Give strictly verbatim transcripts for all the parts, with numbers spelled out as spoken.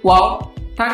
Wow.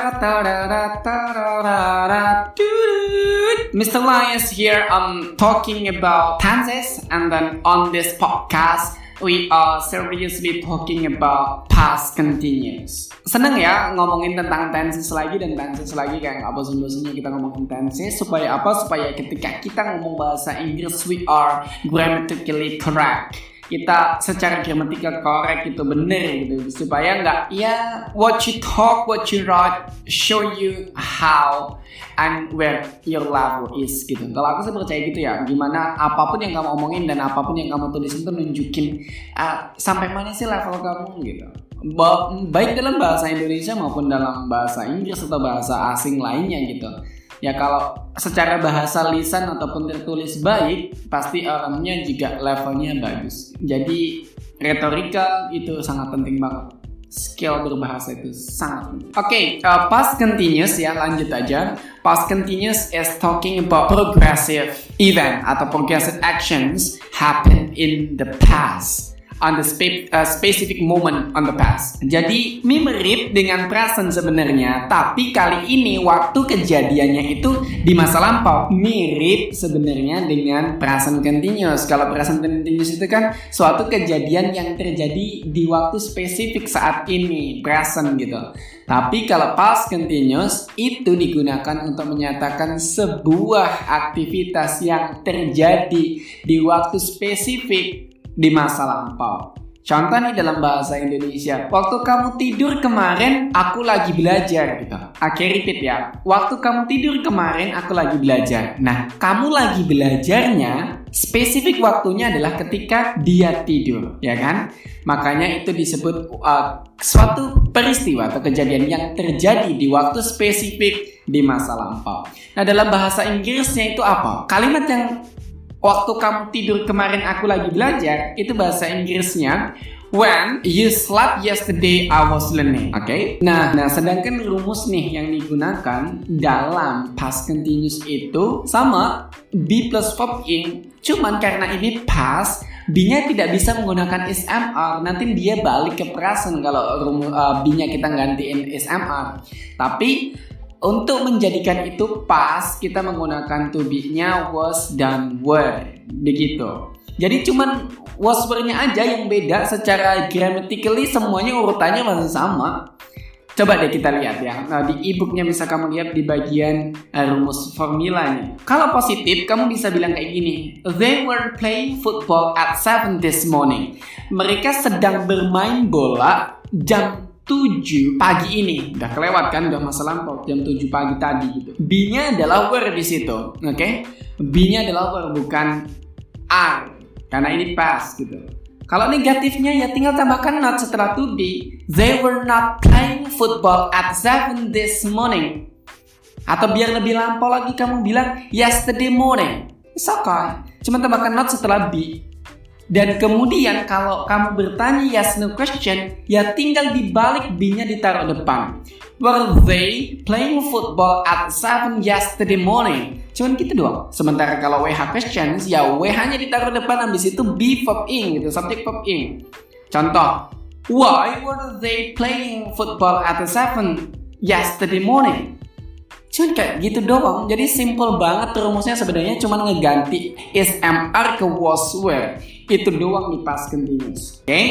Mister Lions here. I'm talking about tenses, and then on this podcast we are seriously talking about past continuous. Seneng ya ngomongin tentang tenses lagi dan tenses lagi, kayak nggak bosan-bosannya kita ngomongin tenses. Supaya apa? Supaya ketika kita ngomong bahasa Inggris we are grammatically correct. Kita secara gramatikal correct itu bener gitu, supaya nggak ya what you talk, what you write show you how and where your level is gitu. Kalau aku sih percaya gitu ya, gimana apapun yang kamu omongin dan apapun yang kamu tulis itu nunjukin uh, sampai mana sih level kamu gitu. Ba- baik dalam bahasa Indonesia maupun dalam bahasa Inggris atau bahasa asing lainnya gitu. Ya kalau secara bahasa lisan ataupun tertulis baik, pasti orangnya juga levelnya bagus. Jadi retorika itu sangat penting banget. Skill berbahasa itu sangat penting. Oke, okay, uh, past continuous ya, lanjut aja. Past continuous is talking about progressive event atau progressive actions happen in the past. On the spe- uh, specific moment on the past. Jadi mirip dengan present sebenarnya, tapi kali ini waktu kejadiannya itu di masa lampau. Mirip sebenarnya dengan present continuous. Kalau present continuous itu kan suatu kejadian yang terjadi di waktu spesifik saat ini, present gitu. Tapi kalau past continuous itu digunakan untuk menyatakan sebuah aktivitas yang terjadi di waktu spesifik di masa lampau. Contoh nih dalam bahasa Indonesia, waktu kamu tidur kemarin aku lagi belajar gitu. Oke, repeat ya. Waktu kamu tidur kemarin aku lagi belajar. Nah, kamu lagi belajarnya spesifik waktunya adalah ketika dia tidur, ya kan? Makanya itu disebut uh, suatu peristiwa atau kejadian yang terjadi di waktu spesifik di masa lampau. Nah, dalam bahasa Inggrisnya itu apa? Kalimat yang waktu kamu tidur kemarin aku lagi belajar, itu bahasa Inggrisnya when you slept yesterday I was learning. Oke. Okay? Nah, nah sedangkan rumus nih yang digunakan dalam past continuous itu sama be plus verb ing. Cuman karena ini past, be-nya tidak bisa menggunakan is mr. Nanti dia balik ke present kalau rumus uh, be-nya kita gantiin is mr. Tapi untuk menjadikan itu pas, kita menggunakan to be-nya was dan were. Begitu. Jadi cuman was were-nya aja yang beda. Secara grammatically semuanya urutannya masih sama. Coba deh kita lihat ya. Nah, di e-booknya bisa kamu lihat di bagian uh, rumus formulanya. Kalau positif, kamu bisa bilang kayak gini. They were playing football at seven this morning. Mereka sedang bermain bola jam tujuh pagi ini. Udah kelewat kan, udah masa lampau jam tujuh pagi tadi gitu. B-nya adalah were di situ, oke? Okay? B-nya adalah were bukan are, karena ini past gitu. Kalau negatifnya ya tinggal tambahkan not setelah to be. They were not playing football at seven this morning. Atau biar lebih lampau lagi kamu bilang yesterday morning. It's okay. Cuma tambahkan not setelah be. Dan kemudian kalau kamu bertanya yes no question, ya tinggal dibalik B-nya ditaruh depan. Were they playing football at seven yesterday morning? Cuman gitu doang. Sementara kalau W H questions, ya W H-nya ditaruh depan, habis itu be verb ing gitu, subject verb ing. Contoh, why were they playing football at seven yesterday morning? Cuman kayak gitu doang. Jadi simple banget rumusnya sebenarnya, cuma ngeganti is mr ke was were. Itu doang di past continuous. Oke? Okay?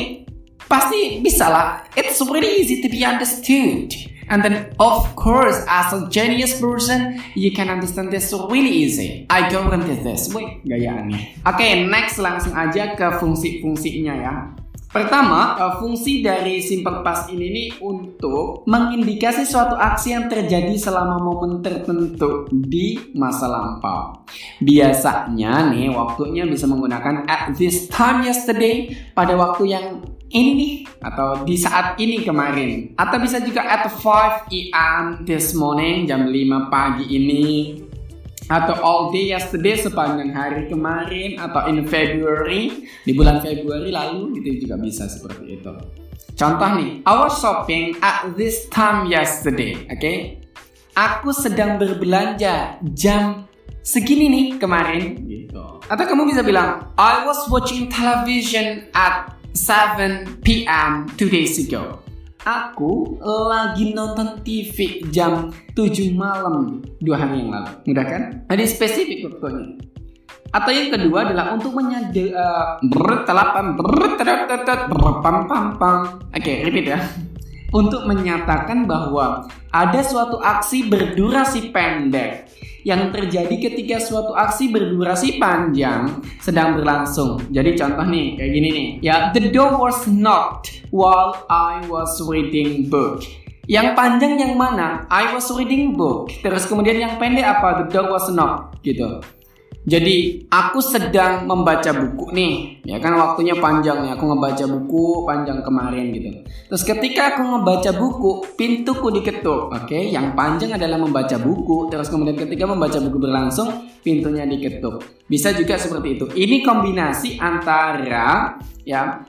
Pasti bisa lah. It's really easy to be understood. And then of course as a genius person you can understand this really easy. I guarantee this. Wait, gayaannya. Oke, okay, next langsung aja ke fungsi-fungsinya ya. Pertama, fungsi dari simple past ini nih untuk mengindikasi suatu aksi yang terjadi selama momen tertentu di masa lampau. Biasanya nih waktunya bisa menggunakan at this time yesterday, pada waktu yang ini nih, atau di saat ini kemarin. Atau bisa juga at five a.m. this morning, jam lima pagi ini. Atau all day yesterday, sepanjang hari kemarin. Atau in February, di bulan Februari lalu, itu juga bisa seperti itu. Contoh nih, I was shopping at this time yesterday. Oke, okay? Aku sedang berbelanja jam segini nih kemarin. Gitu. Atau kamu bisa bilang, I was watching television at seven p.m. two days ago. aku lagi nonton T V jam tujuh malam dua hari yang lalu. Mudah kan? Ada spesifik waktunya. Atau yang kedua adalah untuk menyadari uh, bertelapan berpam-pam-pam. Oke, repeat ya. Untuk menyatakan bahwa ada suatu aksi berdurasi pendek yang terjadi ketika suatu aksi berdurasi panjang sedang berlangsung. Jadi contoh nih, kayak gini nih. Ya, the door was knocked while I was reading book. Yang panjang yang mana? I was reading book. Terus kemudian yang pendek apa? The door was knocked gitu. Jadi aku sedang membaca buku nih, ya kan waktunya panjang nih, aku ngebaca buku panjang kemarin gitu. Terus ketika aku ngebaca buku, pintuku diketuk. Oke, okay? Yang panjang adalah membaca buku. Terus kemudian ketika membaca buku berlangsung, pintunya diketuk. Bisa juga seperti itu. Ini kombinasi antara ya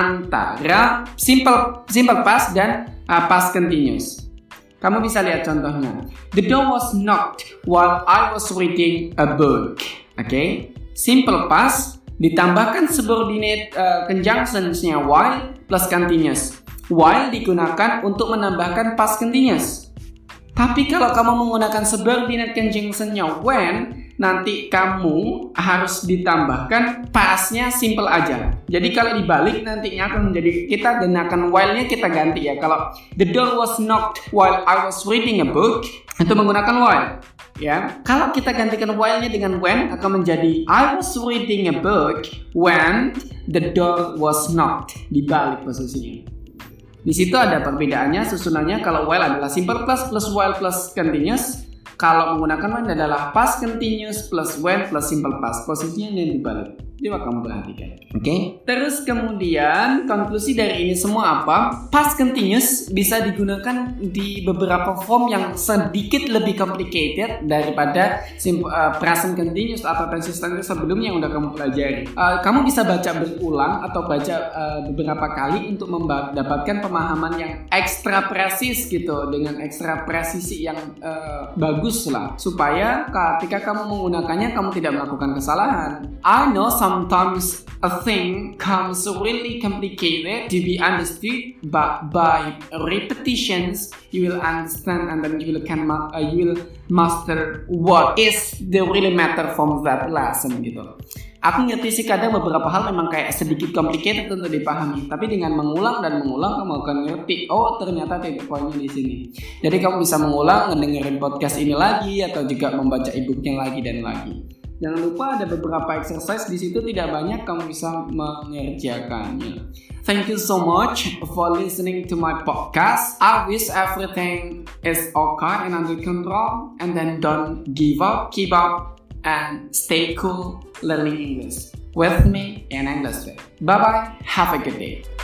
antara simple simple past dan uh, past continuous. Kamu bisa lihat contohnya. The door was knocked while I was reading a book. Oke, okay. Simple past ditambahkan subordinate uh, conjunctions-nya while plus continuous. While digunakan untuk menambahkan past continuous. Tapi kalau kamu menggunakan subordinate conjunction-nya when, nanti kamu harus ditambahkan past-nya simple aja. Jadi kalau dibalik nantinya akan menjadi, kita gunakan while-nya kita ganti ya. Kalau the door was knocked while I was reading a book, itu menggunakan while. Ya, kalau kita gantikan while-nya dengan when akan menjadi I was reading a book when the door was knocked. Dibalik posisinya. Di situ ada perbedaannya, susunannya. Kalau while adalah simple past plus while plus continuous. Kalau menggunakan when adalah past continuous plus when plus simple past. Posisinya yang dibalik. Coba kamu perhatikan. Oke. Okay? Terus kemudian konklusi dari ini semua apa? Past continuous bisa digunakan di beberapa form yang sedikit lebih complicated daripada simple, uh, present continuous atau present tense sebelumnya yang udah kamu pelajari. Uh, kamu bisa baca berulang atau baca uh, beberapa kali untuk mendapatkan pemahaman yang ekstra presis gitu, dengan ekstra presisi yang uh, bagus lah, supaya ketika kamu menggunakannya kamu tidak melakukan kesalahan. I know some Sometimes a thing comes really complicated to be understood, but by repetitions you will understand and then you will can uh, you will master what is the really matter from that lesson gitu. Aku ngerti sih kadang beberapa hal memang kayak sedikit complicated untuk dipahami, tapi dengan mengulang dan mengulang kamu akan ngerti. Oh ternyata titik poinnya di sini. Jadi kamu bisa mengulang, ngedengerin podcast ini lagi atau juga membaca e-booknya lagi dan lagi. Jangan lupa ada beberapa exercise di situ, tidak banyak, kamu bisa mengerjakannya. Thank you so much for listening to my podcast. I wish everything is okay and under control, and then don't give up, keep up, and stay cool learning English with me in English. Bye bye. Have a good day.